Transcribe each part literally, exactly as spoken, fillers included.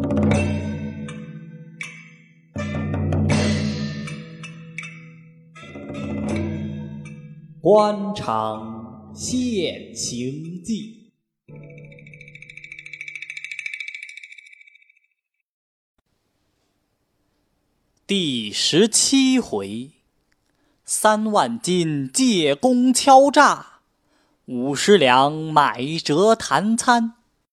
官场现形记。第十七回，三万金借工敲诈，五十两买折谈餐。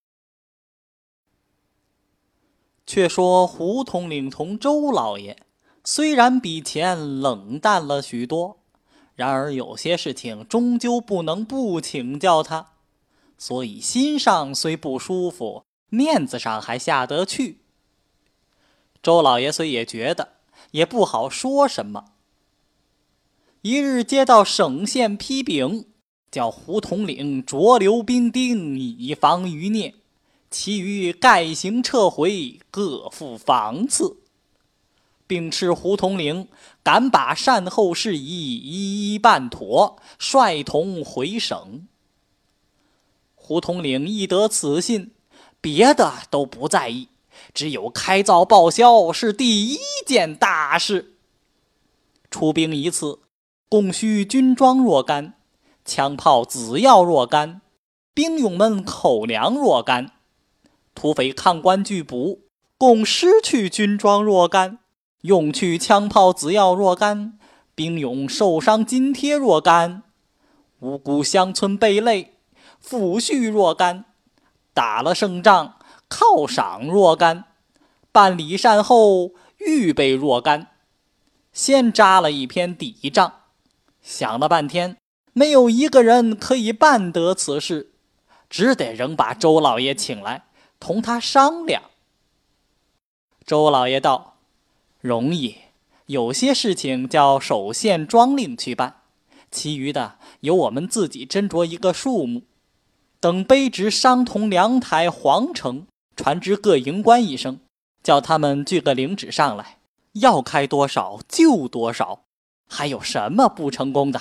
却说胡统领同周老爷虽然比前冷淡了许多，然而有些事情终究不能不请教他，所以心上虽不舒服，面子上还下得去。周老爷虽也觉得也不好说什么。一日接到省县批禀，叫胡统领着留兵丁，以防余孽，其余概行撤回，各赴访次，并斥胡统领赶把善后事宜一一办妥，率同回省。胡统领一得此信，别的都不在意，只有开灶报销是第一件大事。出兵一次，共需军装若干，枪炮子药若干，兵勇们口粮若干，土匪抗官拒捕，共失去军装若干，用去枪炮子药若干，兵勇受伤津贴若干，无辜乡村被累，抚恤若干，打了胜仗犒赏若干，办理善后预备若干。先扎了一篇底账，想了半天，没有一个人可以办得此事，只得仍把周老爷请来，同他商量。周老爷道：容易，有些事情叫守县庄令去办，其余的由我们自己斟酌一个数目，等卑职商同梁台、皇城传知各营官一声，叫他们据个领旨上来，要开多少就多少，还有什么不成功的？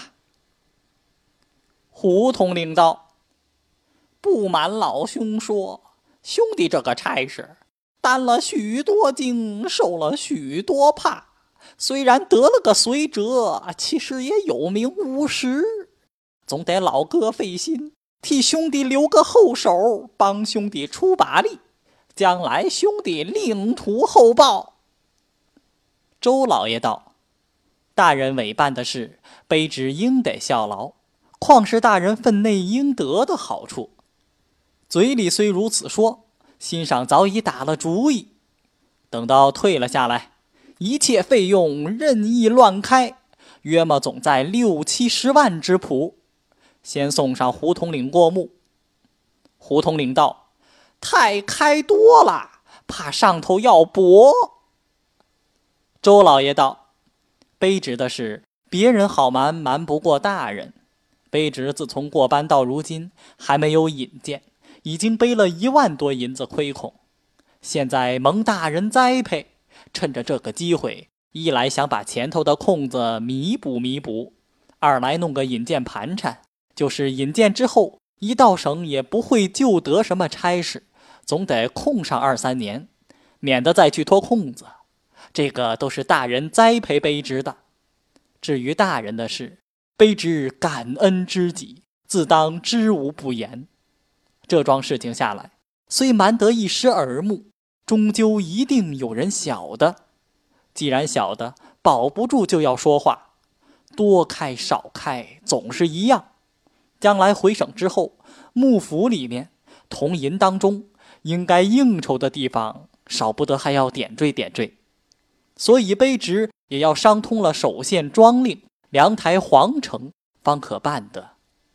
胡统领道：不瞒老兄说，兄弟这个差事担了许多惊，受了许多怕，虽然得了个随折，其实也有名无实，总得老哥费心，替兄弟留个后手，帮兄弟出把力，将来兄弟另图厚报。周老爷道：大人委办的事，卑职应得效劳，况是大人分内应得的好处。嘴里虽如此说，心上早已打了主意。等到退了下来，一切费用任意乱开，约莫总在六七十万之谱。先送上胡统领过目。胡统领道：太开多了，怕上头要驳。周老爷道：卑职的事，别人好瞒，瞒不过大人。卑职自从过班到如今，还没有引荐，已经背了一万多银子亏空。现在蒙大人栽培，趁着这个机会，一来想把前头的空子弥补弥补，二来弄个引荐盘缠，就是引荐之后一到省也不会就得什么差事，总得空上二三年，免得再去拖空子。这个都是大人栽培卑职的。至于大人的事，卑职感恩知己，自当知无不言。这桩事情下来，虽瞒得一时耳目，终究一定有人晓得。既然晓得，保不住就要说话，多开少开总是一样。将来回省之后，幕府里面铜银当中应该应酬的地方，少不得还要点缀点缀。所以卑职也要商通了守县庄令、梁台、皇城，方可办得。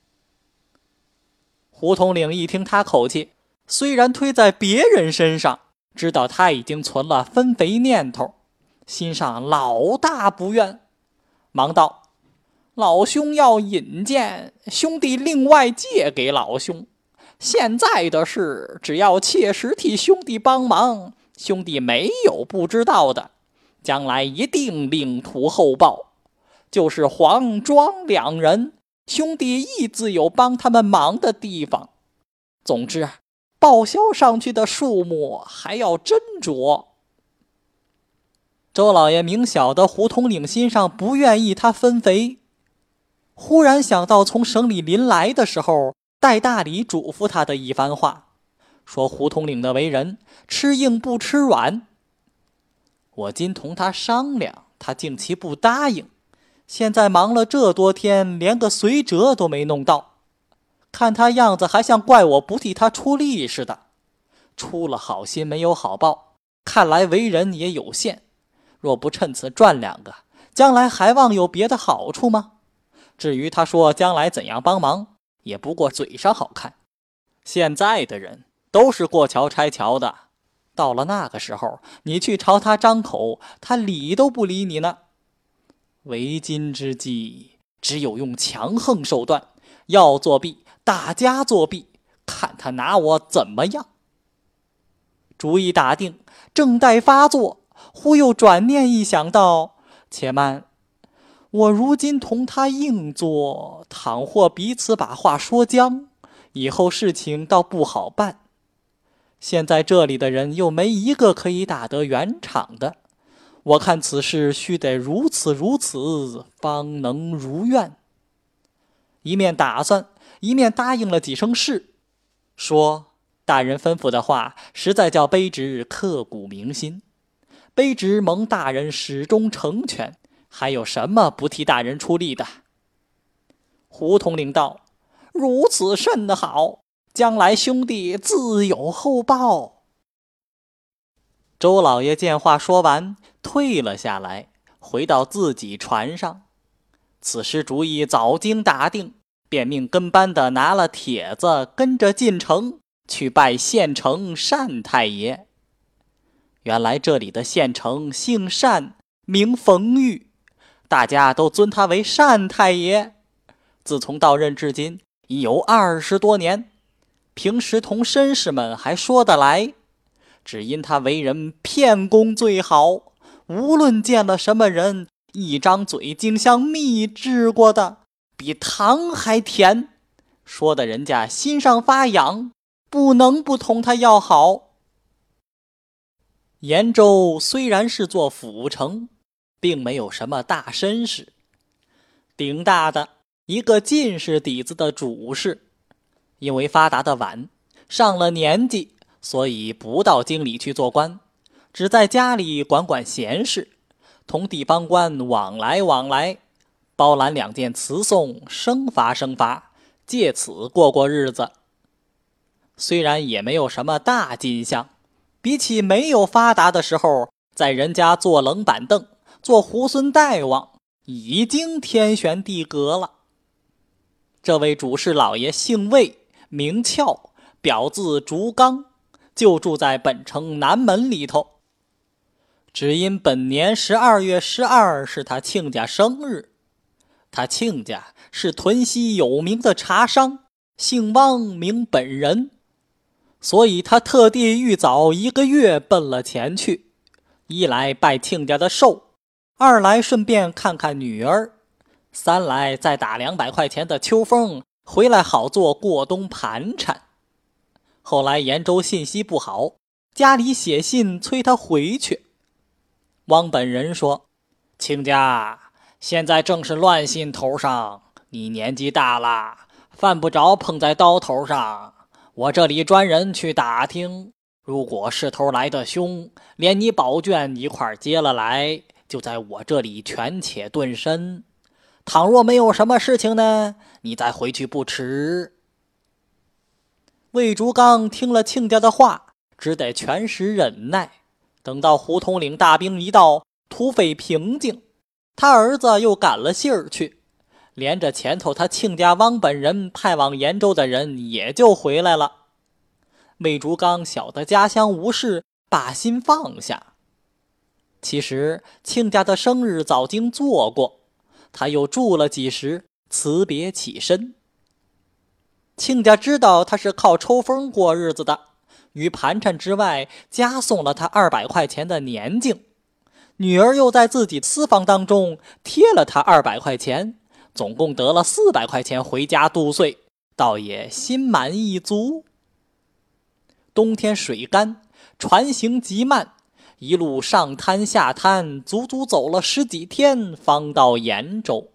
胡统领一听他口气，虽然推在别人身上，知道他已经存了分肥念头，心上老大不愿，忙道：老兄要引荐，兄弟另外借给老兄。现在的事，只要切实替兄弟帮忙，兄弟没有不知道的，将来一定另图厚报。就是黄庄两人，兄弟亦自有帮他们忙的地方。总之， 报销上去的数目还要斟酌。周老爷明晓得胡统领心上不愿意他分肥，忽然想到从省里临来的时候戴大礼嘱咐他的一番话，说胡统领的为人吃硬不吃软。我今同他商量，他竟其不答应，现在忙了这多天，连个随折都没弄到，看他样子还像怪我不替他出力似的。出了好心没有好报，看来为人也有限，若不趁此赚两个，将来还望有别的好处吗？至于他说将来怎样帮忙，也不过嘴上好看。现在的人都是过桥拆桥的，到了那个时候，你去朝他张口，他理都不理你呢。为今之计，只有用强横手段，要作弊，大家作弊，看他拿我怎么样。主意打定，正待发作，忽又转念一想到，且慢，我如今同他硬做，倘或彼此把话说僵，以后事情倒不好办。现在这里的人又没一个可以打得圆场的，我看此事须得如此如此，方能如愿。一面打算，一面答应了几声是，说大人吩咐的话，实在叫卑职刻骨铭心。卑职蒙大人始终成全，还有什么不替大人出力的？胡统领道：如此甚好，将来兄弟自有厚报。周老爷见话说完，退了下来，回到自己船上。此时主意早经打定，便命跟班的拿了帖子，跟着进城去拜县丞单太爷。原来这里的县丞姓单，名冯玉，大家都尊他为单太爷。自从到任至今已有二十多年，平时同绅士们还说得来，只因他为人骗功最好，无论见了什么人，一张嘴竟像蜜制过的，比糖还甜，说的人家心上发痒，不能不同他要好。延州虽然是座府城，并没有什么大绅士，顶大的一个进士底子的主事，因为发达的晚，上了年纪，所以不到京里去做官，只在家里管管闲事，同地方官往来往来，包揽两件词讼，生罚生罚，借此过过日子。虽然也没有什么大进项，比起没有发达的时候，在人家坐冷板凳，做猢狲大王，已经天旋地隔了。这位主事老爷姓魏，名翘，表字竹刚，就住在本城南门里头。只因本年十二月十二是他亲家生日，他亲家是屯溪有名的茶商，姓汪名本人，所以他特地预早一个月奔了前去，一来拜亲家的寿，二来顺便看看女儿，三来再打两百块钱的秋风，回来好做过冬盘缠。后来延州信息不好，家里写信催他回去。汪本人说：亲家，现在正是乱信头上，你年纪大了，犯不着碰在刀头上。我这里专人去打听，如果势头来得凶，连你宝卷一块接了来，就在我这里权且顿身。倘若没有什么事情呢，你再回去不迟。魏竹刚听了亲家的话，只得全时忍耐。等到胡统领大兵一到，土匪平静，他儿子又赶了信儿去，连着前头他亲家汪本人派往延州的人也就回来了。魏竹刚晓得家乡无事，把心放下。其实亲家的生日早经做过，他又住了几时，辞别起身。亲家知道他是靠抽风过日子的，于盘缠之外加送了他二百块钱的年金，女儿又在自己私房当中贴了他二百块钱，总共得了四百块钱回家度岁，倒也心满意足。 冬天水干，船行极慢，一路上滩下滩，足足走了十几天，方到延州。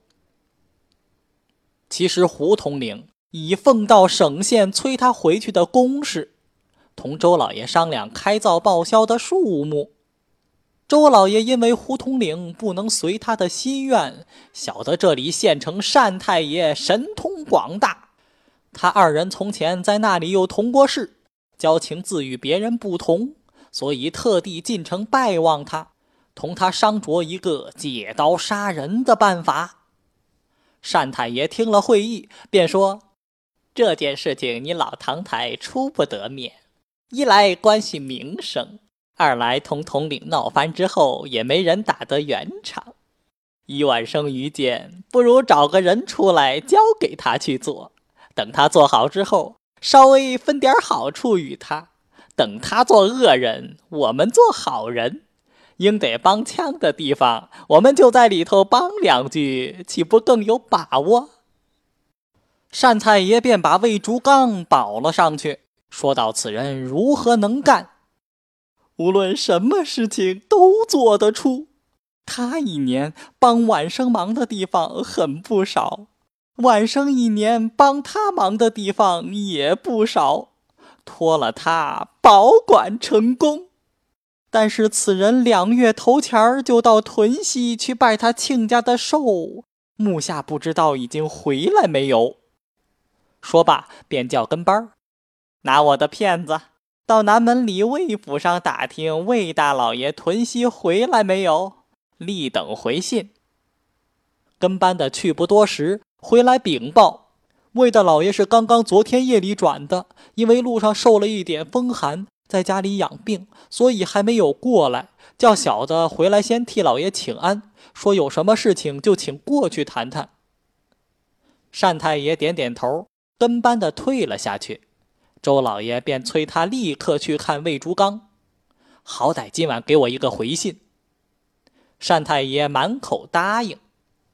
其实胡统领已奉到省县催他回去的公事，同周老爷商量开灶报销的数目。周老爷因为胡统领不能随他的心愿，晓得这里县城单太爷神通广大，他二人从前在那里又同过事，交情自与别人不同，所以特地进城拜望他，同他商酌一个借刀杀人的办法。单太爷听了会议，便说：这件事情你老唐台出不得面，一来关系名声，二来同统领闹翻之后也没人打得圆场。以晚生愚见，不如找个人出来交给他去做，等他做好之后，稍微分点好处与他，等他做恶人，我们做好人，应得帮腔的地方，我们就在里头帮两句，岂不更有把握？单太爷便把魏竹刚保了上去，说到此人如何能干，无论什么事情都做得出。他一年帮晚生忙的地方很不少，晚生一年帮他忙的地方也不少，托了他保管成功。但是此人两月头前就到屯溪去拜他亲家的寿，目下不知道已经回来没有。说罢便叫跟班，拿我的片子到南门里魏府上打听魏大老爷屯溪回来没有，立等回信。跟班的去不多时，回来禀报，魏大老爷是刚刚昨天夜里转的，因为路上受了一点风寒，在家里养病，所以还没有过来，叫小的回来先替老爷请安，说有什么事情就请过去谈谈。单太爷点点头，跟班的退了下去。周老爷便催他立刻去看魏竹刚，好歹今晚给我一个回信。单太爷满口答应。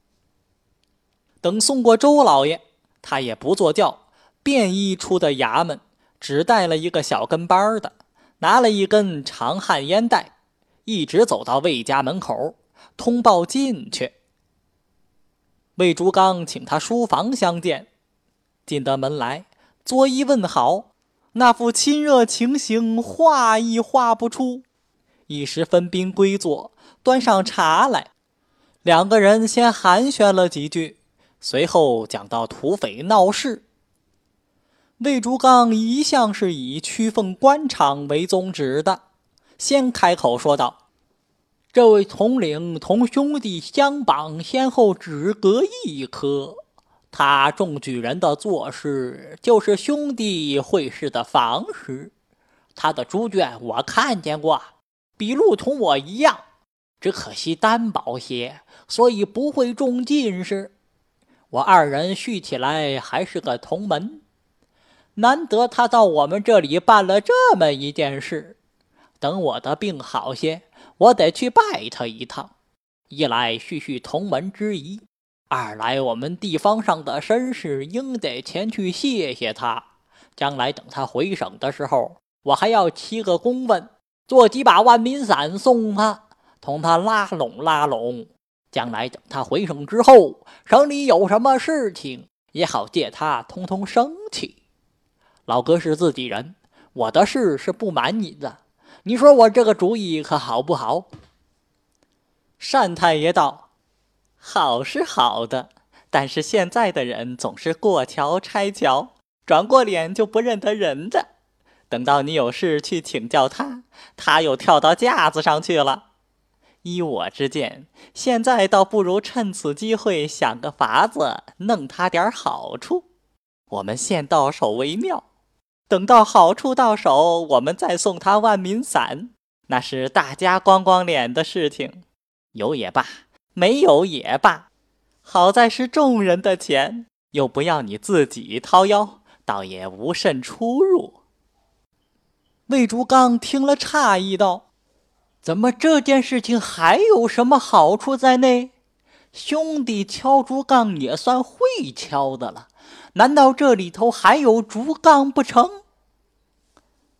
等送过周老爷，他也不坐轿，便衣出的衙门，只带了一个小跟班的，拿了一根长旱烟袋，一直走到魏家门口，通报进去。魏竹刚请他书房相见，进得门来，作揖问好，那副亲热情形画亦画不出。一时分宾归坐，端上茶来，两个人先寒暄了几句，随后讲到土匪闹事。魏竹刚一向是以屈奉官场为宗旨的，先开口说道：这位统领同兄弟相绑，先后只隔一科，他中举人的做事就是兄弟会事的方式。他的猪圈我看见过，笔录同我一样，只可惜单薄些，所以不会中进士。我二人续起来还是个同门，难得他到我们这里办了这么一件事，等我的病好些，我得去拜他一趟，一来叙叙同门之谊，二来我们地方上的绅士应得前去谢谢他，将来等他回省的时候，我还要骑个公问，做几把万民伞送他，同他拉拢拉拢，将来等他回省之后，省里有什么事情也好借他通通生气。老哥是自己人，我的事是不瞒你的，你说我这个主意可好不好？单太爷道：好是好的，但是现在的人总是过桥拆桥，转过脸就不认得人的，等到你有事去请教他，他又跳到架子上去了。依我之见，现在倒不如趁此机会想个法子，弄他点好处，我们先到手为妙。等到好处到手，我们再送他万民伞，那是大家光光脸的事情，有也罢，没有也罢，好在是众人的钱，又不要你自己掏腰，倒也无甚出入。魏竹刚听了诧异道：怎么这件事情还有什么好处在内？兄弟敲竹杠也算会敲的了，难道这里头还有竹杠不成？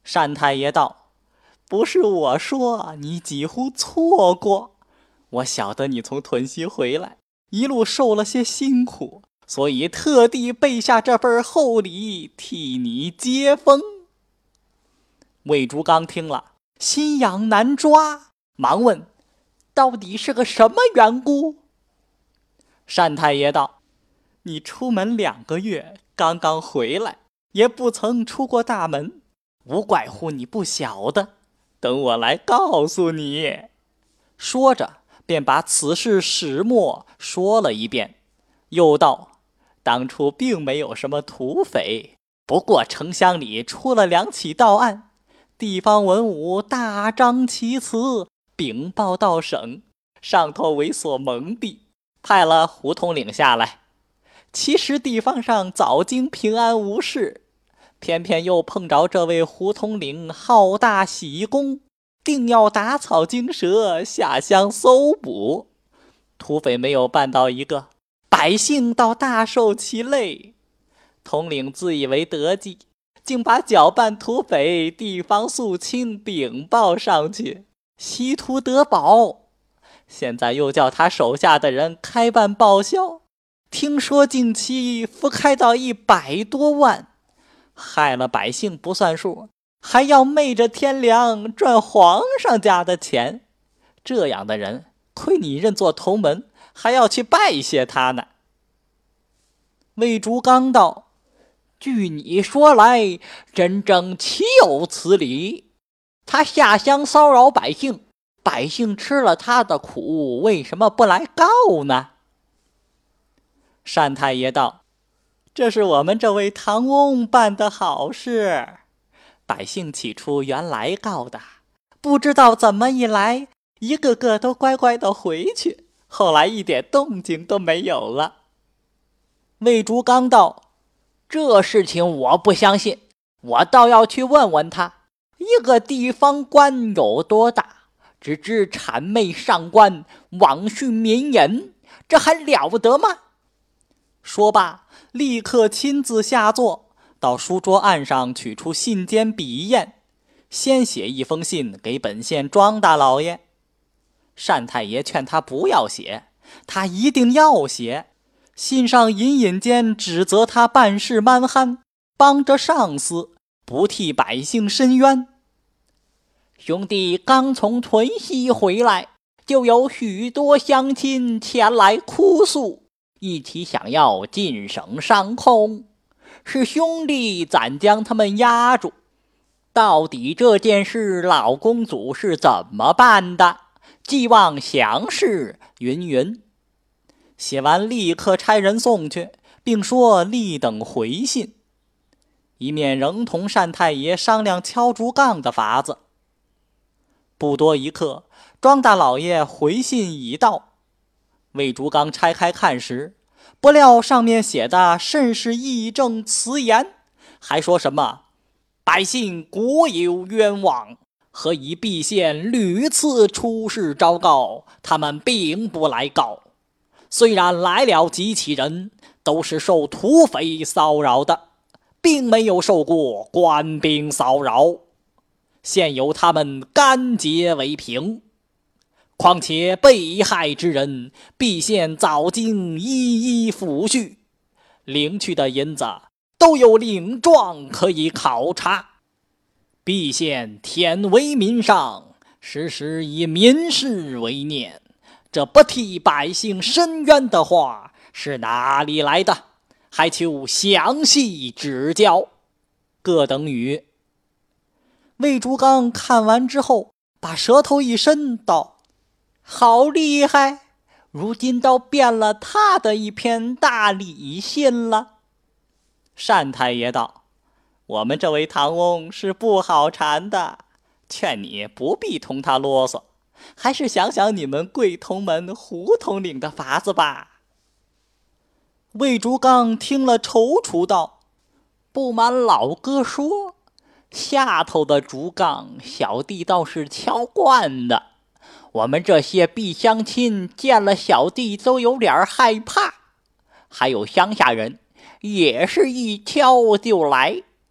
单太爷道：“不是我说，你几乎错过。我晓得你从屯溪回来，一路受了些辛苦，所以特地备下这份厚礼替你接风。”魏竹刚听了，心痒难抓，忙问：“到底是个什么缘故？”单太爷道：“你出门两个月，刚刚回来，也不曾出过大门，无怪乎你不晓得，等我来告诉你。”说着便把此事始末说了一遍，又道：“当初并没有什么土匪，不过城乡里出了两起盗案，地方文武大张其词，禀报到省，上头为所蒙蔽，派了胡统领下来。其实地方上早经平安无事，偏偏又碰着这位胡统领好大喜功，定要打草惊蛇，下乡搜捕。土匪没有办到一个，百姓倒大受其累。统领自以为得计，竟把搅拌土匪地方肃清禀报上去，稀图得保。现在又叫他手下的人开办报销，听说近期复开到一百多万，害了百姓不算数，还要昧着天良赚皇上家的钱。这样的人，亏你认作同门，还要去拜谢他呢。”魏竹刚道：“据你说来，真正岂有此理？他下乡骚扰百姓，百姓吃了他的苦，为什么不来告呢？”单太爷道：“这是我们这位唐翁办的好事。百姓起初原来告的，不知道怎么一来，一个个都乖乖的回去，后来一点动静都没有了。”魏竹刚道：“这事情我不相信，我倒要去问问他，一个地方官有多大，只知谄媚上官，枉训民言，这还了得吗？”说罢，立刻亲自下座，到书桌案上取出信笺笔砚，先写一封信给本县庄大老爷。单太爷劝他不要写，他一定要写。信上隐隐间指责他办事蛮憨，帮着上司，不替百姓伸冤。兄弟刚从屯溪回来，就有许多乡亲前来哭诉，一起想要进省上空，是兄弟暂将他们压住。到底这件事老公主是怎么办的？寄望详事云云。写完立刻差人送去，并说立等回信，一面仍同单太爷商量敲竹杠的法子。不多一刻，庄大老爷回信已到。魏竹刚拆开看时，不料上面写的甚是义正辞严，还说什么百姓国有冤枉，何以毕县屡次出示昭告，他们并不来告。虽然来了几起人，都是受土匪骚扰的，并没有受过官兵骚扰，现由他们干结为凭。况且被害之人，毕县早经一一抚恤，领去的银子都有领状可以考察。毕县天为民上，时时以民事为念，这不替百姓伸冤的话是哪里来的？还求详细指教。各等语。魏竹刚看完之后，把舌头一伸道：“好厉害，如今倒变了他的一篇大礼信了。”单太爷道：“我们这位唐翁是不好缠的，劝你不必同他啰嗦，还是想想你们贵同门胡统领的法子吧。”魏竹刚听了踌躇道：“不瞒老哥说，下头的竹杠小弟倒是敲惯的，我们这些避乡亲见了小弟都有点害怕，还有乡下人也是一敲就来，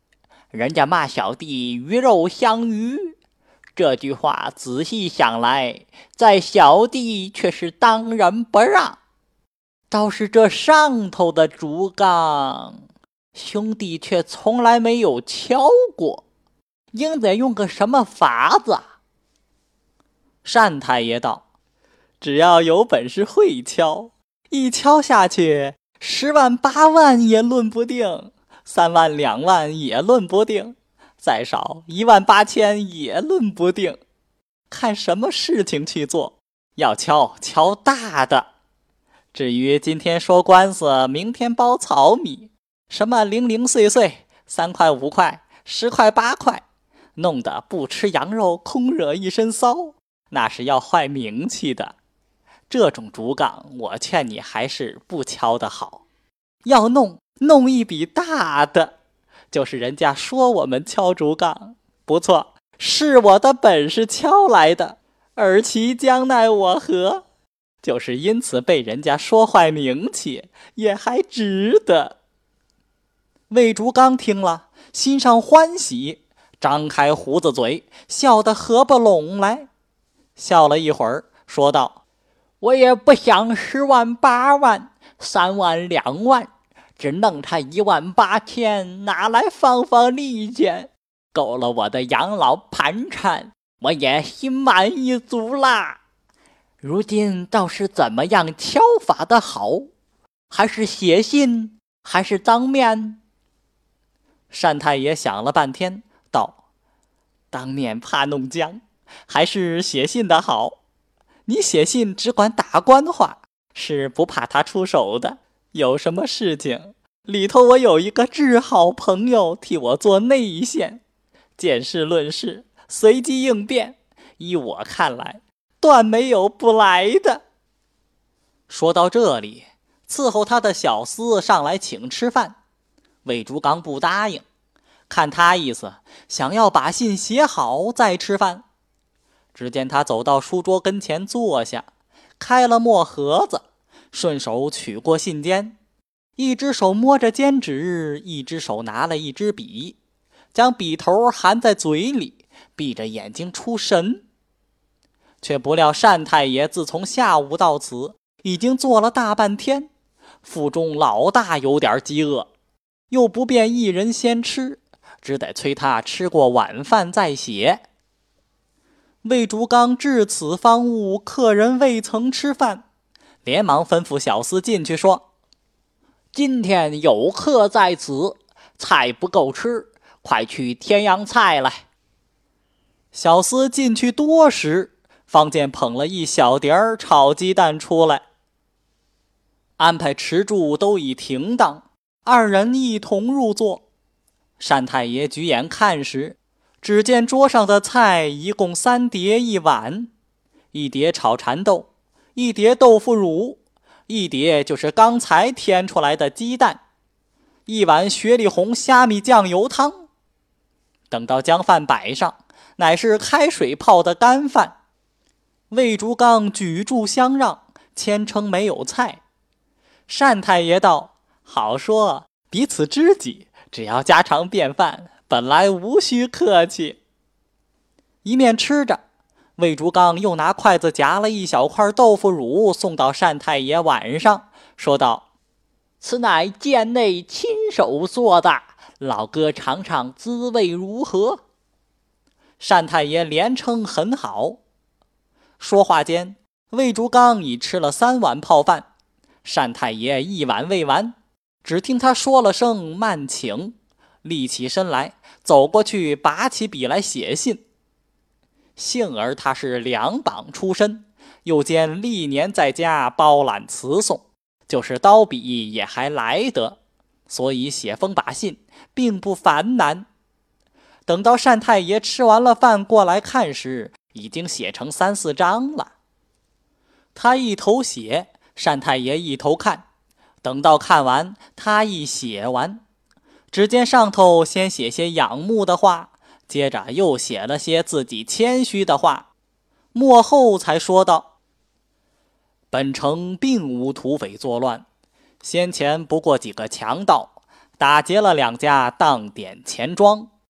人家骂小弟鱼肉相鱼，这句话仔细想来，在小弟却是当仁不让。倒是这上头的竹杠，兄弟却从来没有敲过，应得用个什么法子？单太爷道：只要有本事会敲，一敲下去，十万八万也论不定，三万两万也论不定，再少一万八千也论不定，看什么事情去做，要敲敲大的。至于今天说官司，明天包糙米，什么零零碎碎，三块五块，十块八块，弄得不吃羊肉空惹一身骚，那是要坏名气的。这种竹杠，我劝你还是不敲的好。要弄弄一笔大的，就是人家说我们敲竹杠不错，是我的本事敲来的，而其将奈我何？就是因此被人家说坏名气，也还值得。魏竹刚听了，心上欢喜，张开胡子嘴，笑得合不拢来。笑了一会儿，说道：我也不想十万八万，三万两万，只弄他一万八千，拿来放放利剑，够了我的养老盘缠，我也心满意足啦。如今倒是怎么样敲法的好？还是写信，还是当面？单太爷想了半天，道：当面怕弄僵，还是写信的好。你写信只管打官话，是不怕他出手的。有什么事情，里头我有一个至好朋友替我做内线，见事论事，随机应变，依我看来断没有不来的。说到这里，伺候他的小厮上来请吃饭，魏竹刚不答应，看他意思，想要把信写好再吃饭。只见他走到书桌跟前坐下，开了墨盒子，顺手取过信笺，一只手摸着笺纸，一只手拿了一支笔，将笔头含在嘴里，闭着眼睛出神。却不料单太爷自从下午到此，已经坐了大半天，腹中老大有点饥饿，又不便一人先吃，只得催他吃过晚饭再写。魏竹刚至此方悟客人未曾吃饭，连忙吩咐小厮进去说：今天有客在此，菜不够吃，快去添样菜来。小厮进去多时，方见捧了一小碟儿炒鸡蛋出来。安排持柱都已停当，二人一同入座。单太爷举眼看时，只见桌上的菜一共三碟一碗，一碟炒蚕豆，一碟豆腐乳，一碟就是刚才添出来的鸡蛋，一碗雪里红虾米酱油汤。等到将饭摆上，乃是开水泡的干饭。魏竹刚举箸相让，谦称没有菜。单太爷道：好说，彼此知己，只要家常便饭，本来无需客气。一面吃着，魏竹刚又拿筷子夹了一小块豆腐乳送到单太爷碗上，说道：此乃贱内亲手做的，老哥尝尝滋味如何？单太爷连称很好。说话间，魏竹刚已吃了三碗泡饭，单太爷一碗未完，只听他说了声慢请，立起身来，走过去拔起笔来写信。幸而他是两榜出身，又兼历年在家包揽词诵，就是刀笔也还来得，所以写封把信并不烦难。等到单太爷吃完了饭过来看时，已经写成三四张了。他一头写，单太爷一头看，等到看完，他一写完，只见上头先写些仰慕的话，接着又写了些自己谦虚的话，末后才说道：本城并无土匪作乱，先前不过几个强盗，打劫了两家当点钱庄，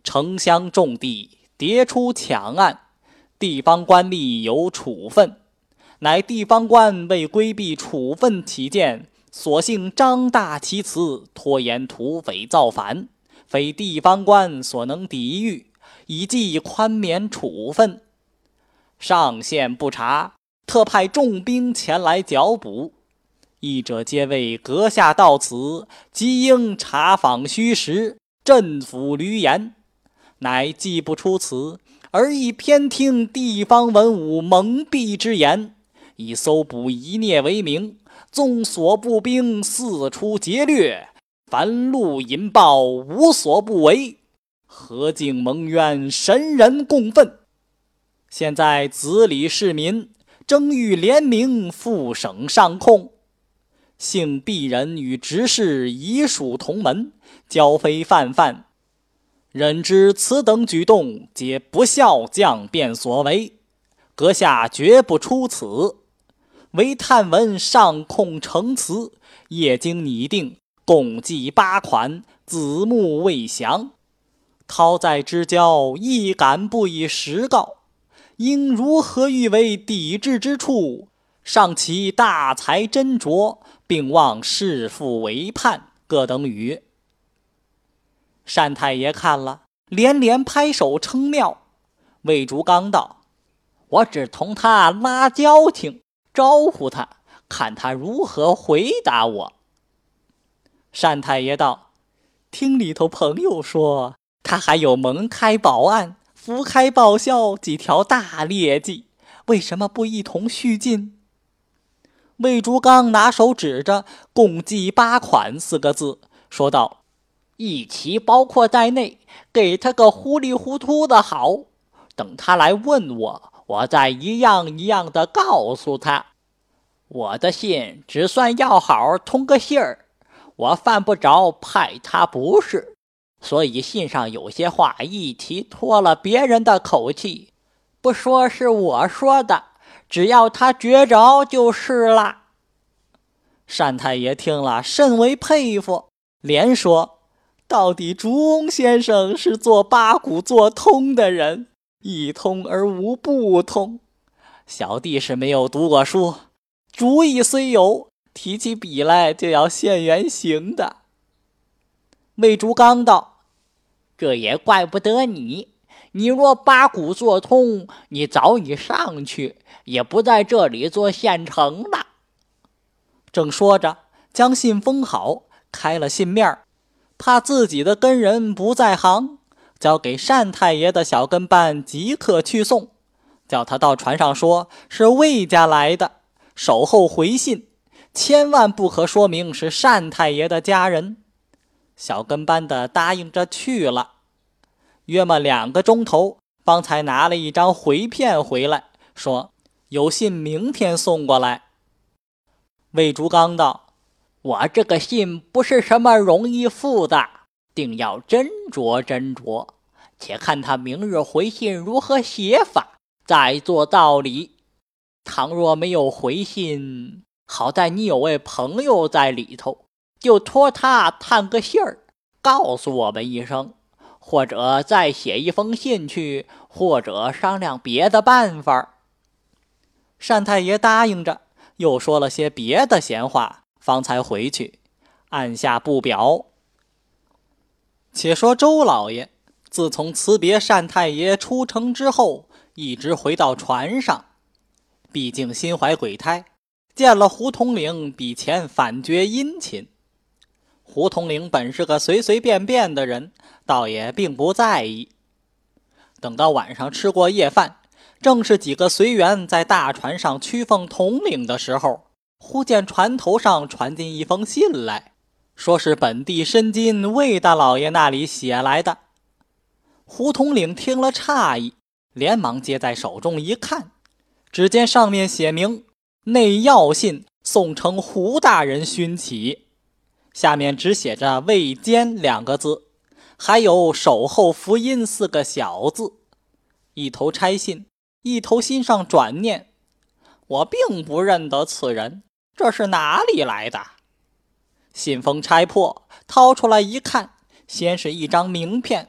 城乡重地，迭出抢案，地方官吏有处分，乃地方官为规避处分起见，索性张大其词，拖延土匪造反，非地方官所能抵御，以计宽免处分。上县不察，特派重兵前来剿捕。议者皆谓阁下到此，即应查访虚实，镇抚闾阎。乃既不出此，而亦偏听地方文武蒙蔽之言，以搜捕一孽为名，纵所部兵四处劫掠，凡路引报，无所不为，何竟蒙冤，神人共愤。现在子李市民争欲联名赴省上控，幸鄙人与执事已属同门，交非泛泛，忍知此等举动皆不孝将便所为，阁下绝不出此。唯探闻上控呈词，业经拟定，共计八款，子目未详。讨在之交，亦敢不以实告，应如何欲为抵制之处，尚其大才斟酌，并望弑父为判，各等语。单太爷看了，连连拍手称妙。魏竹刚道：我只同他拉交情，招呼他，看他如何回答我。单太爷道：听里头朋友说，他还有蒙开宝案、伏开报销几条大劣迹，为什么不一同续进？魏竹刚拿手指着共计八款四个字，说道：一起包括在内，给他个糊里糊涂的好，等他来问我，我再一样一样的告诉他。我的信只算要好通个信儿，我犯不着派他不是，所以信上有些话一提拖了别人的口气，不说是我说的，只要他觉着就是了。单太爷听了甚为佩服，连说：到底竹翁先生是做八股做通的人，一通而无不通。小弟是没有读过书，主意虽有，提起笔来就要现原形的。魏竹刚道：这也怪不得你，你若八股做通，你早已上去，也不在这里做县城了。正说着，将信封好，开了信面，怕自己的跟人不在行，交给单太爷的小跟班即刻去送，叫他到船上说是魏家来的，守候回信，千万不可说明是单太爷的家人。小跟班的答应着去了，约么两个钟头，方才拿了一张回片回来，说有信明天送过来。魏竹刚道：我这个信不是什么容易付的，定要斟酌斟酌，且看他明日回信如何写法，再做道理。倘若没有回信，好在你有位朋友在里头，就托他探个信儿，告诉我们一声，或者再写一封信去，或者商量别的办法。单太爷答应着，又说了些别的闲话，方才回去，按下布表。且说周老爷自从辞别单太爷出城之后，一直回到船上，毕竟心怀鬼胎，见了胡统领比前反觉殷勤。胡统领本是个随随便便的人，倒也并不在意。等到晚上吃过夜饭，正是几个随员在大船上屈奉统领的时候，忽见船头上传进一封信来，说是本地申金魏大老爷那里写来的。胡统领听了诧异，连忙接在手中一看，只见上面写明内要信送呈胡大人勋起，下面只写着魏监两个字，还有守候福音四个小字。一头拆信，一头心上转念，我并不认得此人，这是哪里来的？信封拆破，掏出来一看，先是一张名片，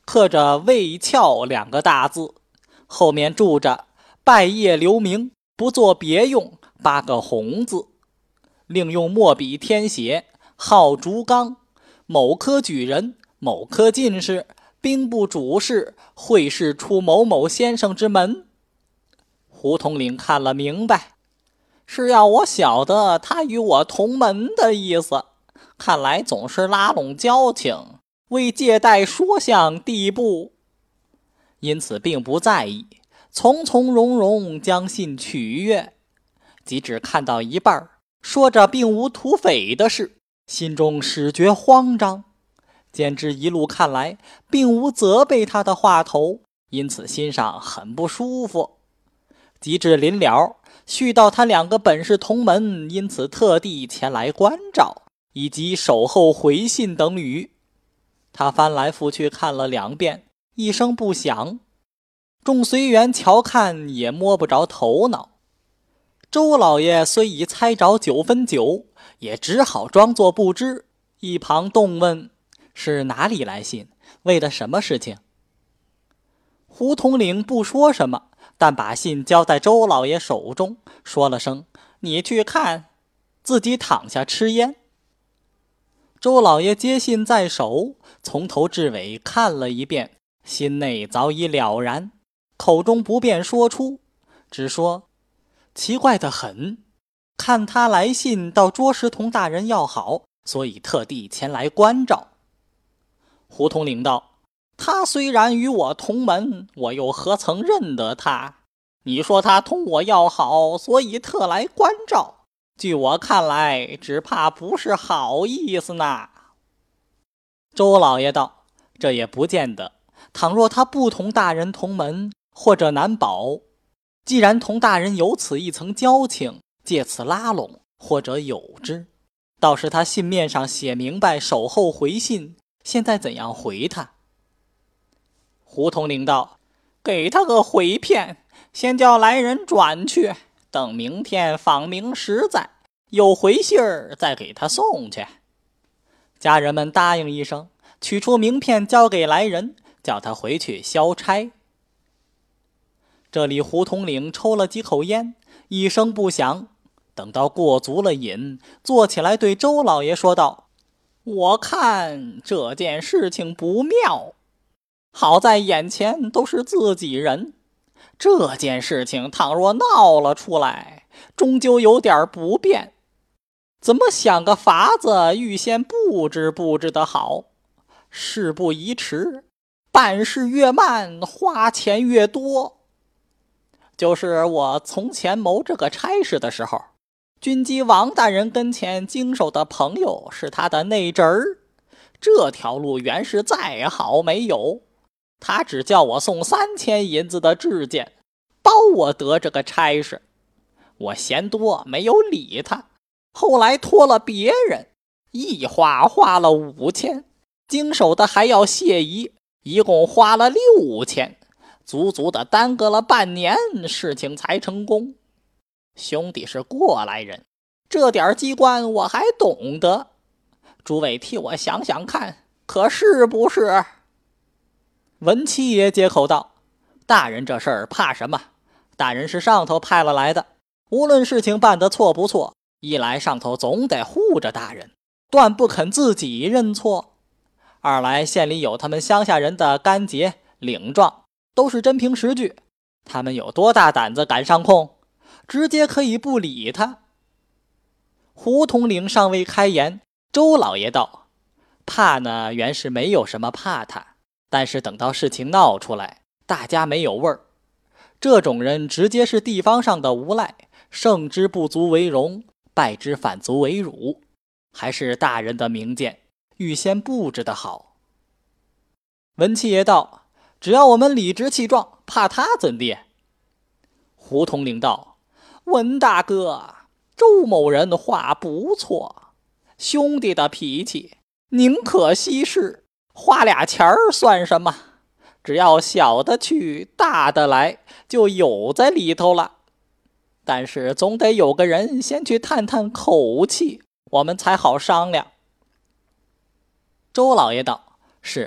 刻着魏翘两个大字，后面注着拜谒留名，不作别用八个红字，另用墨笔填写，号竹纲，某科举人，某科进士，兵部主事，会试出某某先生之门。胡统领看了明白，是要我晓得他与我同门的意思，看来总是拉拢交情，为借贷说项递布，因此并不在意，从从容容将信取阅。即只看到一半，说着并无土匪的事，心中始觉慌张，兼之一路看来并无责备他的话头，因此心上很不舒服。及至临了，叙到他两个本是同门，因此特地前来关照，以及守候回信等语。他翻来覆去看了两遍，一声不响。众随员瞧看也摸不着头脑。周老爷虽已猜着九分九，也只好装作不知，一旁动问是哪里来信，为了什么事情。胡统领不说什么，但把信交在周老爷手中，说了声你去看，自己躺下吃烟。周老爷接信在手，从头至尾看了一遍，心内早已了然，口中不便说出，只说奇怪得很，看他来信到捉石童大人要好，所以特地前来关照。胡统领道，他虽然与我同门，我又何曾认得他？你说他同我要好，所以特来关照，据我看来，只怕不是好意思呢。周老爷道，这也不见得，倘若他不同大人同门，或者难保。既然同大人有此一层交情，借此拉拢，或者有之，倒是他信面上写明白守候回信，现在怎样回他？胡统领道，给他个回片，先叫来人转去，等明天访明实在，有回信儿再给他送去。家人们答应一声，取出名片交给来人，叫他回去消差。这里胡统领抽了几口烟，一声不响，等到过足了瘾，坐起来对周老爷说道，我看这件事情不妙，好在眼前都是自己人，这件事情倘若闹了出来，终究有点不便，怎么想个法子预先布置布置的好，事不宜迟，办事越慢，花钱越多。就是我从前谋这个差事的时候，军机王大人跟前经手的朋友是他的内侄儿，这条路原是再好没有，他只叫我送三千银子的质件，包我得这个差事。我嫌多没有理他，后来托了别人，一花花了五千，经手的还要谢仪，一共花了六千，足足的耽搁了半年，事情才成功。兄弟是过来人，这点机关我还懂得，诸位替我想想看，可是不是？文七爷接口道，大人这事儿怕什么？大人是上头派了来的，无论事情办得错不错，一来上头总得护着大人，断不肯自己认错；二来县里有他们乡下人的干节领状，都是真凭实据，他们有多大胆子敢上控，直接可以不理他。胡统领尚未开言，周老爷道，怕呢原是没有什么怕他，但是等到事情闹出来，大家没有味儿，这种人直接是地方上的无赖，胜之不足为荣，败之反足为辱，还是大人的明鉴，预先布置的好。文七爷道，只要我们理直气壮，怕他怎地？胡统领道，文大哥，周某人话不错，兄弟的脾气宁可息事，花俩钱儿算什么？只要小的去，大的来，就有在里头了。但是总得有个人先去探探口气，我们才好商量。周老爷道，是，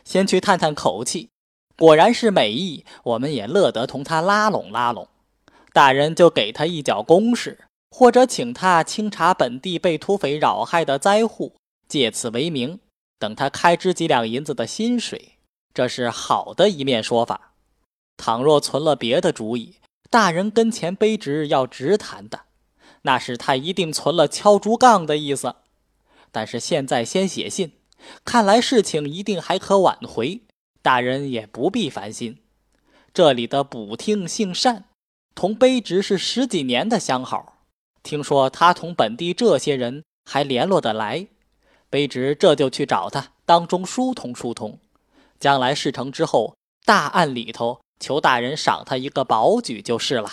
先去探探口气，果然是美意，我们也乐得同他拉拢拉拢。大人就给他一角公事，或者请他清查本地被土匪扰害的灾户，借此为名，等他开支几两银子的薪水，这是好的一面说法。倘若存了别的主意，大人跟前卑职要直谈的，那是他一定存了敲竹杠的意思。但是现在先写信，看来事情一定还可挽回，大人也不必烦心。这里的补听姓单，同卑职是十几年的相好，听说他同本地这些人还联络得来，卑职这就去找他，当中疏通疏通，将来事成之后，大案里头求大人赏他一个保举就是了。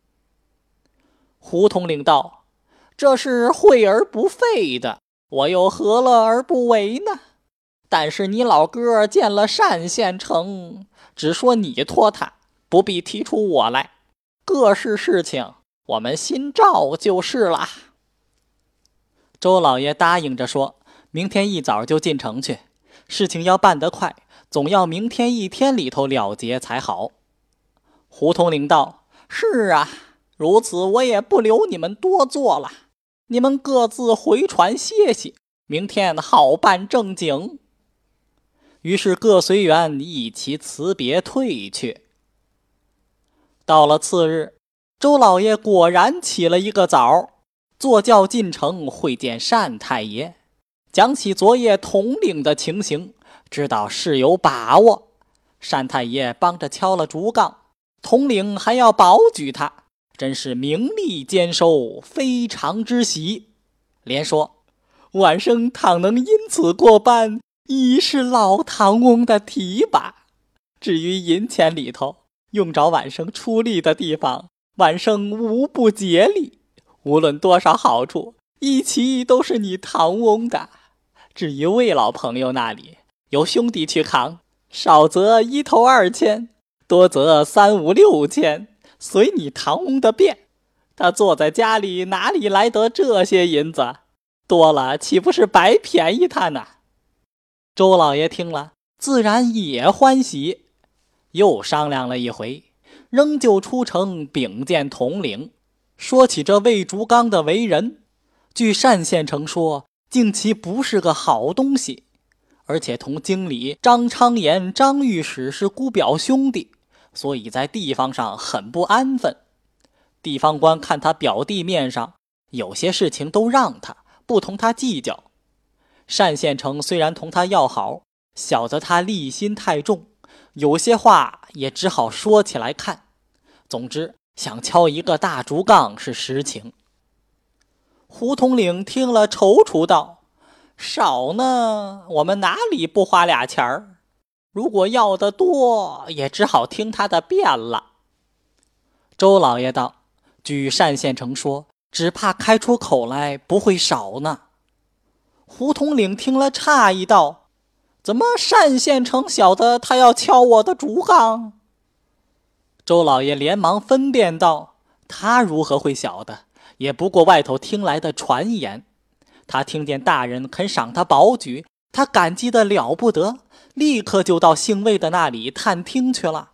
胡统领道：这是惠而不费的，我又何乐而不为呢？但是你老哥见了单县城，只说你托他，不必提出我来，各式事情我们心照就是了。周老爷答应着说，明天一早就进城去，事情要办得快，总要明天一天里头了结才好。胡统领道：是啊，如此我也不留你们多做了，你们各自回船歇息，明天好办正经。于是各随员一齐辞别退去。到了次日，周老爷果然起了一个早，坐轿进城会见单太爷，讲起昨夜统领的情形，知道事有把握。单太爷帮着敲了竹杠，统领还要保举他，真是名利兼收，非常之喜。连说晚生倘能因此过半，已是老唐翁的提拔。至于银钱里头，用着晚生出力的地方，晚生无不竭力。无论多少好处，一齐都是你唐翁的。至于魏老朋友那里，由兄弟去扛，少则一头二千，多则三五六千，随你唐翁的便。他坐在家里哪里来得这些银子？多了岂不是白便宜他呢？周老爷听了，自然也欢喜，又商量了一回，仍旧出城禀见统领，说起这魏竹刚的为人。据单县城说，竟其不是个好东西，而且同经理张昌言、张御史是姑表兄弟，所以在地方上很不安分。地方官看他表弟面上，有些事情都让他，不同他计较。单县城虽然同他要好，晓得他利心太重，有些话也只好说起来看。总之想敲一个大竹杠是实情。胡统领听了踌躇道：少呢，我们哪里不花俩钱儿？如果要得多，也只好听他的便了。周老爷道：据单县城说，只怕开出口来不会少呢。胡统领听了诧异道：怎么单县城晓得他要敲我的竹杠？周老爷连忙分辨道：他如何会晓得？也不过外头听来的传言。他听见大人肯赏他保举，他感激得了不得，立刻就到姓魏的那里探听去了。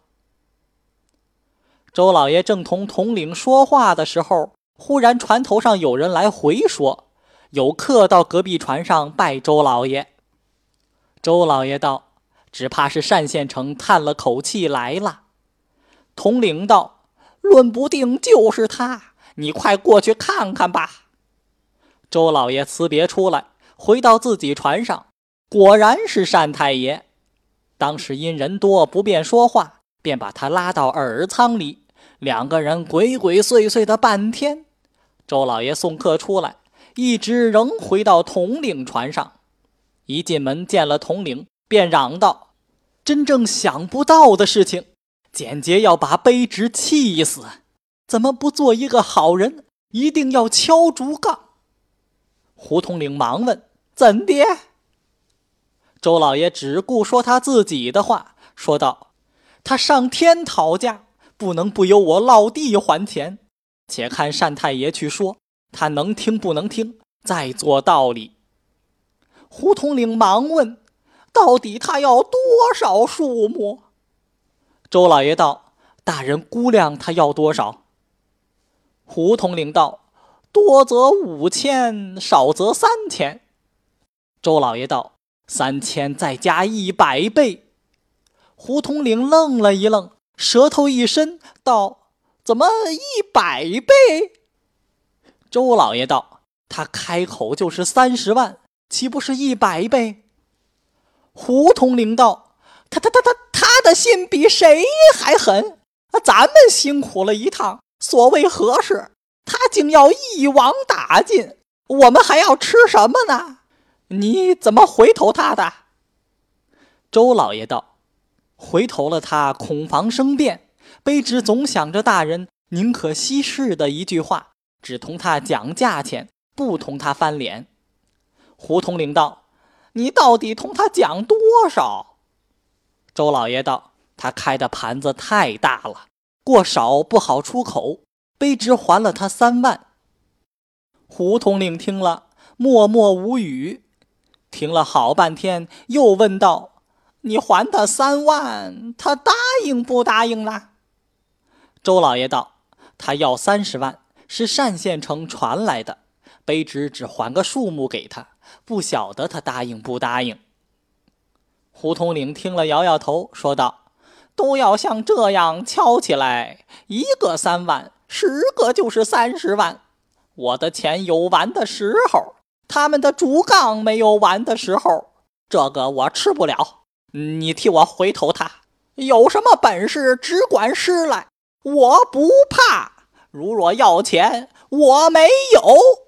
周老爷正同统领说话的时候，忽然船头上有人来回说，有客到隔壁船上拜周老爷。周老爷道：只怕是单县城叹了口气来了。统领道：论不定就是他，你快过去看看吧。周老爷辞别出来，回到自己船上，果然是单太爷。当时因人多不便说话，便把他拉到耳舱里，两个人鬼鬼祟祟的半天。周老爷送客出来，一直仍回到统领船上。一进门见了统领，便嚷道：真正想不到的事情，简洁要把卑职气死，怎么不做一个好人，一定要敲竹杠？胡统领忙问：怎的？周老爷只顾说他自己的话，说道：他上天讨价，不能不由我落地还钱，且看单太爷去说，他能听不能听，再做道理。胡统领忙问： 到底他要多少数目？”周老爷道：“大人估量他要多少？”胡统领道：“多则五千，少则三千。”周老爷道：“三千再加一百倍。”胡统领愣了一愣，舌头一伸道：“怎么一百倍？”周老爷道：“他开口就是三十万，岂不是一百倍？”胡统领道：“他他他他他的心比谁还狠！咱们辛苦了一趟，所谓何事？他竟要一网打尽，我们还要吃什么呢？你怎么回头他的？”周老爷道：“回头了他，恐防生变。卑职总想着大人宁可息事的一句话，只同他讲价钱，不同他翻脸。”胡统领道：“你到底同他讲多少？”周老爷道：“他开的盘子太大了，过少不好出口，卑职还了他三万。”胡统领听了，默默无语。停了好半天，又问道：“你还他三万，他答应不答应啦？”周老爷道：“他要三十万，是单县城传来的，卑职只还个数目给他，不晓得他答应不答应。”胡统领听了，摇摇头，说道：“都要像这样敲起来，一个三万，十个就是三十万。我的钱有完的时候，他们的竹杠没有完的时候，这个我吃不了。你替我回头他，有什么本事只管施来，我不怕。如若要钱，我没有。”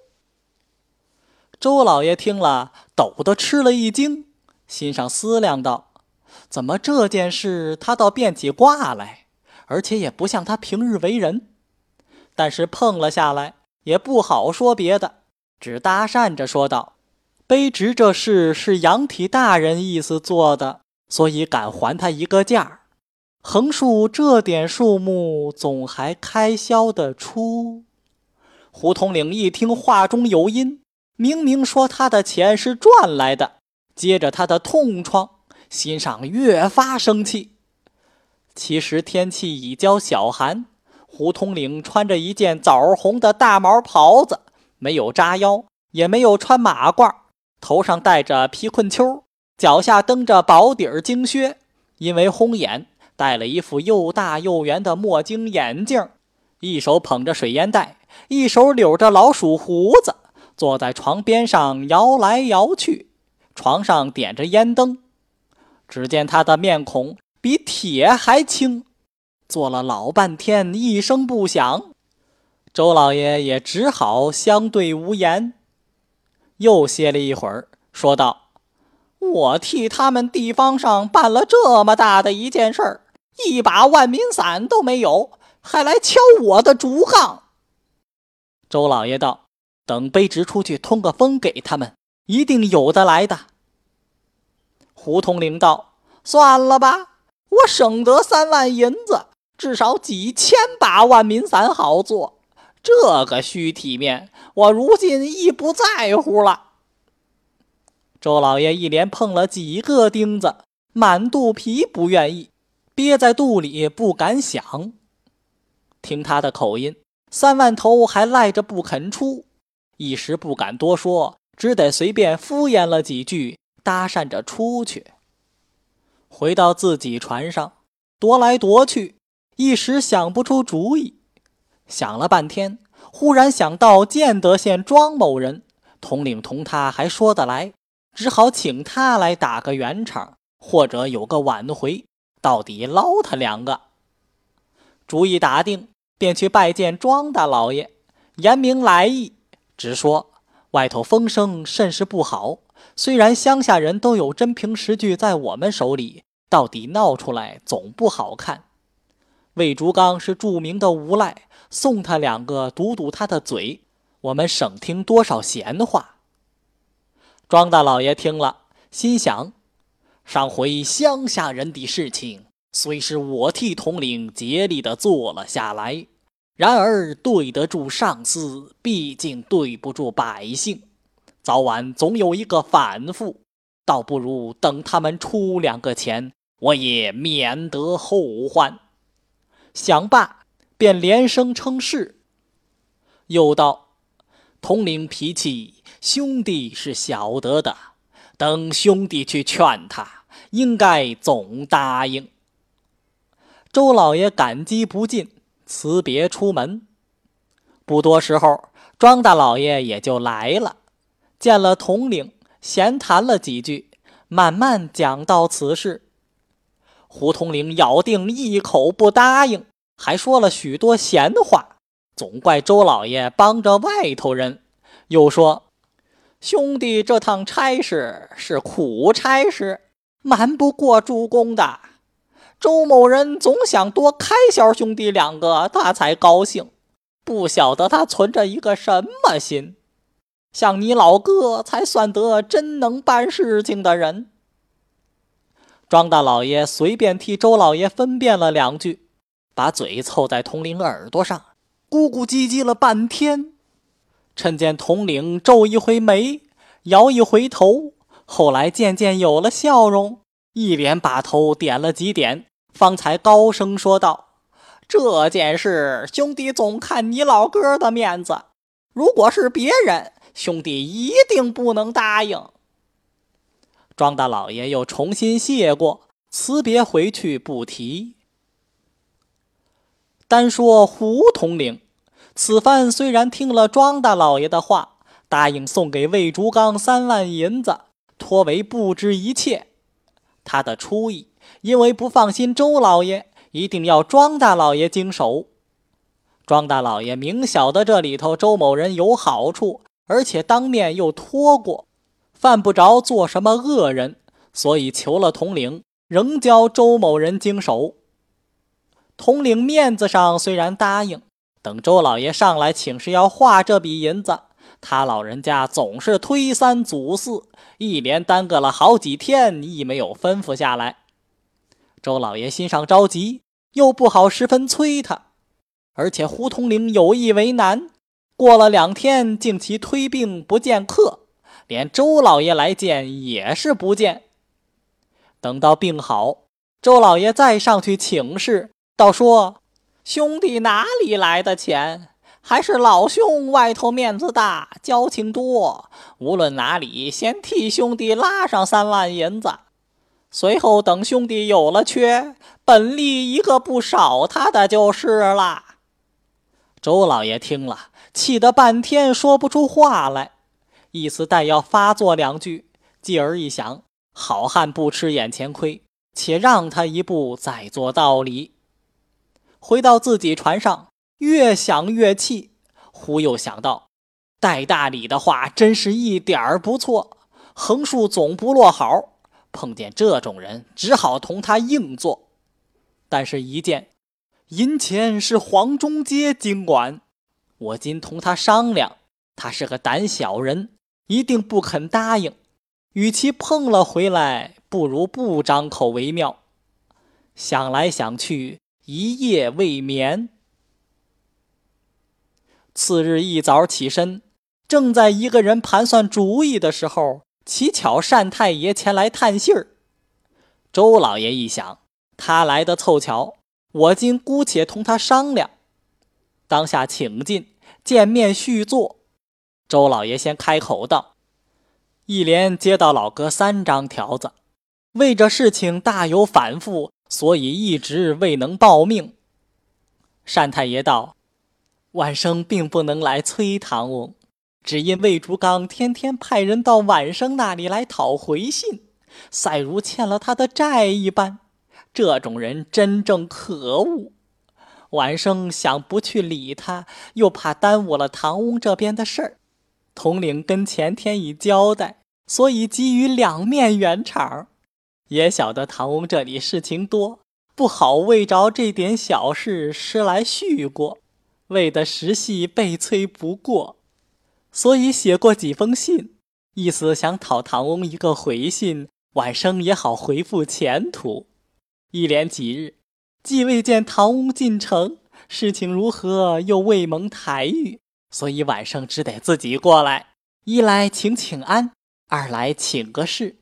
周老爷听了，抖得吃了一惊，心上思量道：“怎么这件事他倒变起卦来，而且也不像他平日为人。”但是碰了下来，也不好说别的，只搭讪着说道：“卑职这事是杨体大人意思做的，所以敢还他一个价，横竖这点数目，总还开销得出。”胡统领一听话中有音，明明说他的钱是赚来的，接着他的痛疮，心上越发生气。其实天气已交小寒，胡统领穿着一件枣红的大毛袍子，没有扎腰，也没有穿马褂，头上戴着皮困丘，脚下蹬着薄底儿精靴，因为红眼，戴了一副又大又圆的墨镜眼镜，一手捧着水烟袋，一手绺着老鼠胡子，坐在床边上摇来摇去，床上点着烟灯。只见他的面孔比铁还青，坐了老半天一声不响。周老爷也只好相对无言。又歇了一会儿，说道：“我替他们地方上办了这么大的一件事儿，一把万民伞都没有，还来敲我的竹杠。”周老爷道：“等卑职出去通个风给他们，一定有的来的。”胡统领道：“算了吧，我省得三万银子，至少几千把万民伞好做。这个虚体面，我如今亦不在乎了。”周老爷一连碰了几个钉子，满肚皮不愿意，憋在肚里不敢想。听他的口音，三万头还赖着不肯出，一时不敢多说，只得随便敷衍了几句，搭讪着出去。回到自己船上，踱来踱去，一时想不出主意。想了半天，忽然想到建德县庄某人，统领同他还说得来，只好请他来打个圆场，或者有个挽回，到底捞他两个。主意打定，便去拜见庄大老爷，言明来意，直说外头风声甚是不好，虽然乡下人都有真凭实据在我们手里，到底闹出来总不好看。魏竹刚是著名的无赖，送他两个堵堵他的嘴，我们省听多少闲话。庄大老爷听了，心想：上回乡下人的事情，虽是我替统领竭力地做了下来，然而对得住上司，毕竟对不住百姓，早晚总有一个反复。 倒不如等他们出两个钱，我也免得后患。想罢，便连声称是。又道：统领脾气，兄弟是晓得的，等兄弟去劝他，应该总答应。周老爷感激不尽，辞别出门。不多时候，庄大老爷也就来了，见了统领，闲谈了几句，慢慢讲到此事。胡统领咬定一口不答应，还说了许多闲话，总怪周老爷帮着外头人，又说兄弟这趟差事是苦差事，瞒不过主公的。周某人总想多开销兄弟两个，他才高兴，不晓得他存着一个什么心。像你老哥才算得真能办事情的人。庄大老爷随便替周老爷分辨了两句，把嘴凑在统领耳朵上，咕咕唧唧了半天。趁见统领皱一回眉，摇一回头，后来渐渐有了笑容，一连把头点了几点，方才高声说道：这件事兄弟总看你老哥的面子，如果是别人，兄弟一定不能答应。庄大老爷又重新谢过，辞别回去不提。单说胡统领，此番虽然听了庄大老爷的话，答应送给魏竹刚三万银子，托为布置一切。他的初意，因为不放心周老爷，一定要庄大老爷经手。庄大老爷明晓得这里头周某人有好处，而且当面又托过，犯不着做什么恶人，所以求了统领，仍交周某人经手。统领面子上虽然答应，等周老爷上来请示要花这笔银子，他老人家总是推三阻四，一连耽搁了好几天，亦没有吩咐下来。周老爷心上着急，又不好十分催他，而且胡统领有意为难，过了两天竟其推病不见客，连周老爷来见也是不见。等到病好，周老爷再上去请示，倒说兄弟哪里来的钱，还是老兄外头面子大，交情多，无论哪里先替兄弟拉上三万银子，随后等兄弟有了缺，本利一个不少他的就是了。周老爷听了，气得半天说不出话来，意思待要发作两句，继而一想，好汉不吃眼前亏，且让他一步再做道理。回到自己船上，越想越气，忽又想到戴大礼的话真是一点儿不错，横竖总不落好，碰见这种人只好同他硬做。但是一见银钱是黄中街经管，我今同他商量，他是个胆小人，一定不肯答应，与其碰了回来，不如不张口为妙。想来想去，一夜未眠。次日一早起身，正在一个人盘算主意的时候，乞巧单太爷前来探信儿。周老爷一想，他来的凑巧，我今姑且同他商量。当下请进，见面叙坐。周老爷先开口道：一连接到老哥三张条子，为这事情大有反复，所以一直未能报命。单太爷道：晚生并不能来催唐翁，只因魏竹刚天天派人到晚生那里来讨回信，赛如欠了他的债一般，这种人真正可恶。晚生想不去理他，又怕耽误了唐翁这边的事儿，统领跟前天已交代，所以急于两面圆场。也晓得唐翁这里事情多，不好为着这点小事失来续过，为的时系被催不过，所以写过几封信，意思想讨唐翁一个回信，晚生也好回复前途。一连几日，既未见唐翁进城，事情如何又未蒙台谕，所以晚生只得自己过来，一来请请安，二来请个事，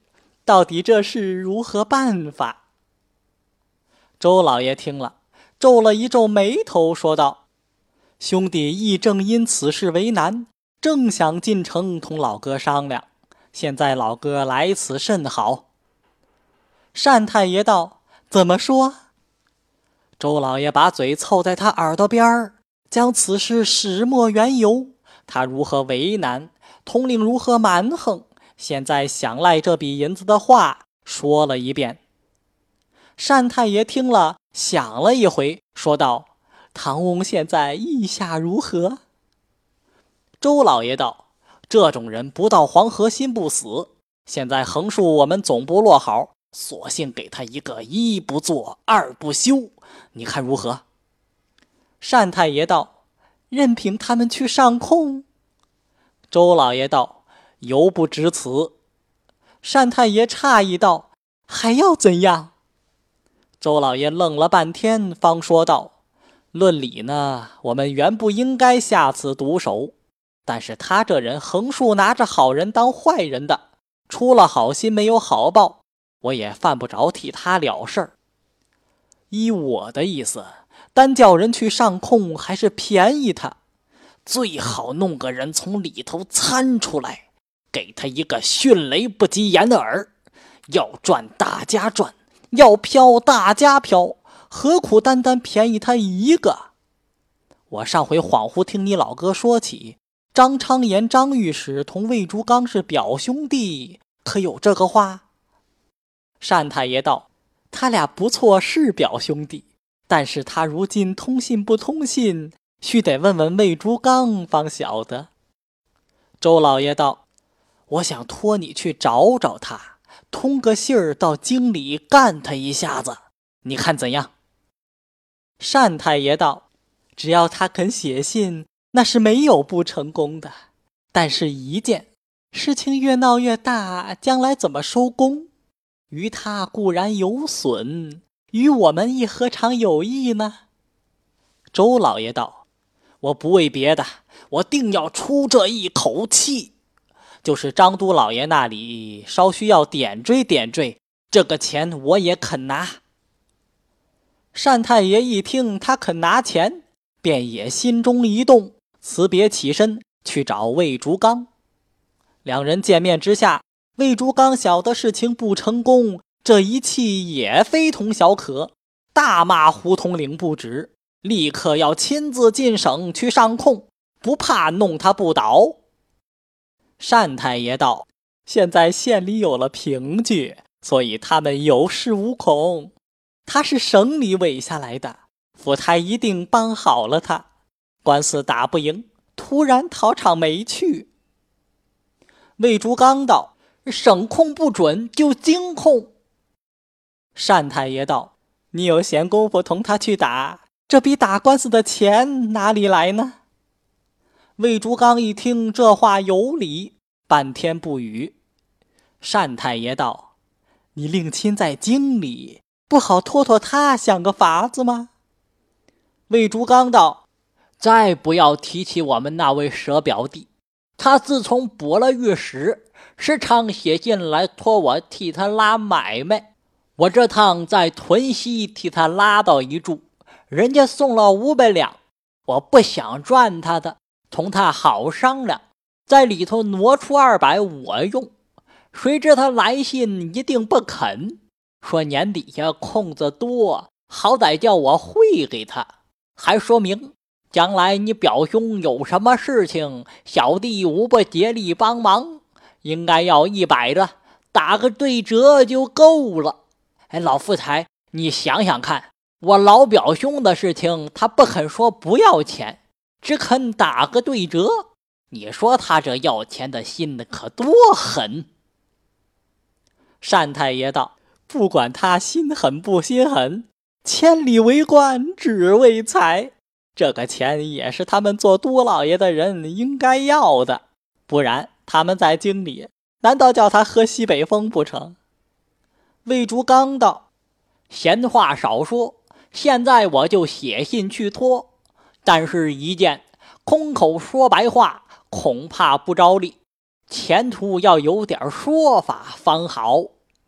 到底这是如何办法？”周老爷听了，皱了一皱眉头，说道：“兄弟亦正因此事为难，正想进城同老哥商量，现在老哥来此甚好。”单太爷道：“怎么说？”周老爷把嘴凑在他耳朵边儿，将此事始末缘由，他如何为难，统领如何蛮横，现在想赖这笔银子的话说了一遍。单太爷听了，想了一回，说道：“唐翁现在意下如何？”周老爷道：“这种人不到黄河心不死，现在横竖我们总不落好，索性给他一个一不做二不休，你看如何？”单太爷道：“任凭他们去上控。”周老爷道：“犹不止此。”单太爷诧异道：“还要怎样？”周老爷愣了半天，方说道：“论理呢，我们原不应该下此毒手，但是他这人横竖拿着好人当坏人的，出了好心没有好报，我也犯不着替他了事儿。依我的意思，单叫人去上控还是便宜他，最好弄个人从里头参出来，给他一个迅雷不及掩耳，要赚大家赚，要飘大家飘，何苦单单便宜他一个？我上回恍惚听你老哥说起，张昌言张御史同魏竹刚是表兄弟，可有这个话？”单太爷道：“他俩不错，是表兄弟，但是他如今通信不通信，须得问问魏竹刚方晓得。”周老爷道：“我想托你去找找他，通个信儿到京里干他一下子，你看怎样？”单太爷道：“只要他肯写信，那是没有不成功的，但是一件事情越闹越大，将来怎么收工？于他固然有损，于我们亦何尝有益呢？”周老爷道：“我不为别的，我定要出这一口气，就是张都老爷那里稍需要点缀点缀，这个钱我也肯拿。”单太爷一听他肯拿钱，便也心中一动，辞别起身去找魏竹刚。两人见面之下，魏竹刚晓得事情不成功，这一气也非同小可，大骂胡统领不止，立刻要亲自进省去上控，不怕弄他不倒。单太爷道：“现在县里有了凭据，所以他们有恃无恐。他是省里委下来的，府台一定帮好了他，官司打不赢，突然讨场没去。”魏竹刚道：“省控不准，就京控。”单太爷道：“你有闲工夫同他去打，这笔打官司的钱哪里来呢？”魏竹刚一听这话有理，半天不语。单太爷道：“你令亲在京里，不好托托他想个法子吗？”魏竹刚道：“再不要提起我们那位佘表弟，他自从补了御史，时常写信来托我替他拉买卖。我这趟在屯溪替他拉到一注，人家送了五百两，我不想赚他的，同他好商量，在里头挪出二百我用。谁知他来信一定不肯，说年底下空子多，好歹叫我汇给他，还说明将来你表兄有什么事情，小弟无不竭力帮忙，应该要一百的，打个对折就够了。哎，老富台，你想想看，我老表兄的事情，他不肯说不要钱，只肯打个对折，你说他这要钱的心可多狠。”单太爷道：“不管他心狠不心狠，千里为官只为财，这个钱也是他们做都老爷的人应该要的，不然他们在京里难道叫他喝西北风不成？”魏竹刚道：“闲话少说，现在我就写信去托，但是一件空口说白话恐怕不着力，前途要有点说法方好。”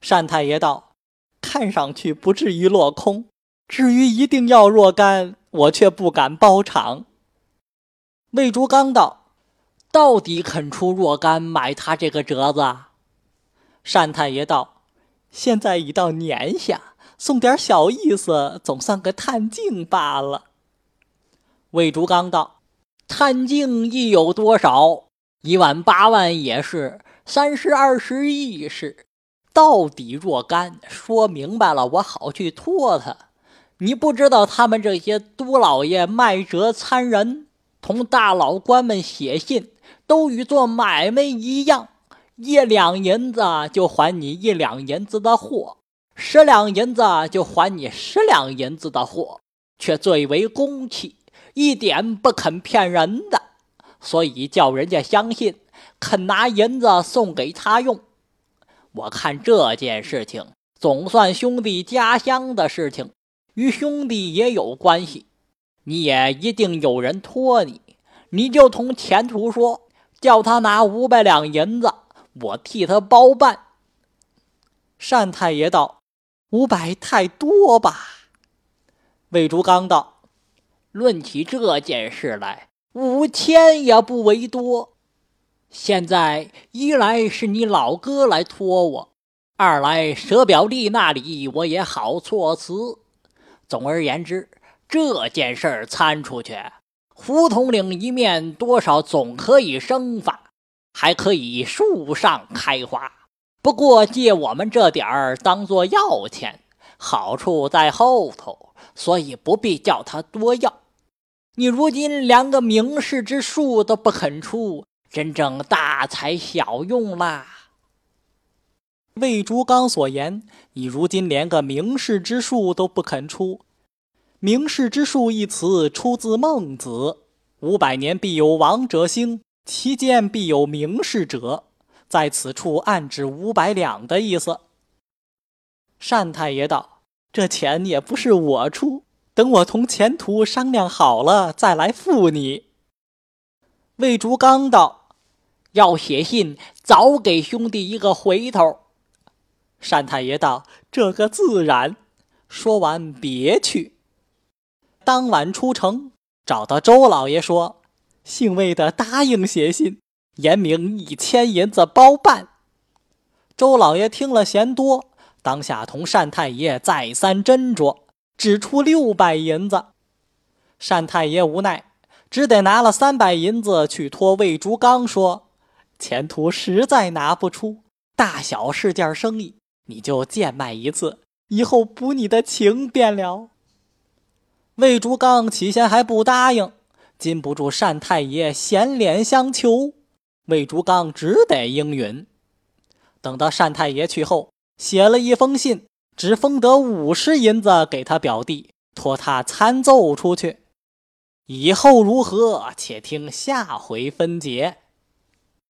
单太爷道：看上去不至于落空，至于一定要若干，我却不敢包场。魏竹刚道：到底肯出若干买他这个折子？单太爷道：现在已到年下，送点小意思，总算个探镜罢了。魏竹刚道：探镜亦有多少？一万八万也是，三十二十亦是。到底若干，说明白了，我好去托他。你不知道他们这些都老爷卖折参人，同大老官们写信，都与做买卖一样，一两银子就还你一两银子的货，十两银子就还你十两银子的货，却最为公气，一点不肯骗人的，所以叫人家相信，肯拿银子送给他用。我看这件事情总算兄弟家乡的事情，与兄弟也有关系，你也一定有人托你，你就同前途说，叫他拿五百两银子，我替他包办。单太爷道：五百太多吧？魏竹刚道：论起这件事来，五千也不为多。现在一来是你老哥来托我，二来舍表弟那里我也好措辞。总而言之，这件事儿参出去，胡统领一面多少总可以生发，还可以树上开花。不过借我们这点儿当作要钱，好处在后头，所以不必叫他多要。你如今连个明示之数都不肯出，真正大材小用啦。魏竹刚所言，你如今连个明示之数都不肯出。明示之数一词出自孟子，五百年必有王者兴，其间必有明示者，在此处暗指五百两的意思。单太爷道：这钱也不是我出，等我同前途商量好了再来付你。魏竹刚道：要写信早给兄弟一个回头。单太爷道：这个自然。说完别去。当晚出城，找到周老爷说，姓魏的答应写信，言明一千银子包办。周老爷听了嫌多，当下同单太爷再三斟酌，只出六百银子。单太爷无奈，只得拿了三百银子去托魏竹刚说，前途实在拿不出，大小是件生意，你就贱卖一次，以后补你的情便了。魏竹刚起先还不答应，禁不住单太爷显脸相求，魏竹刚只得应允。等到单太爷去后，写了一封信，只封得五十银子给他表弟，托他参奏出去。以后如何，且听下回分解。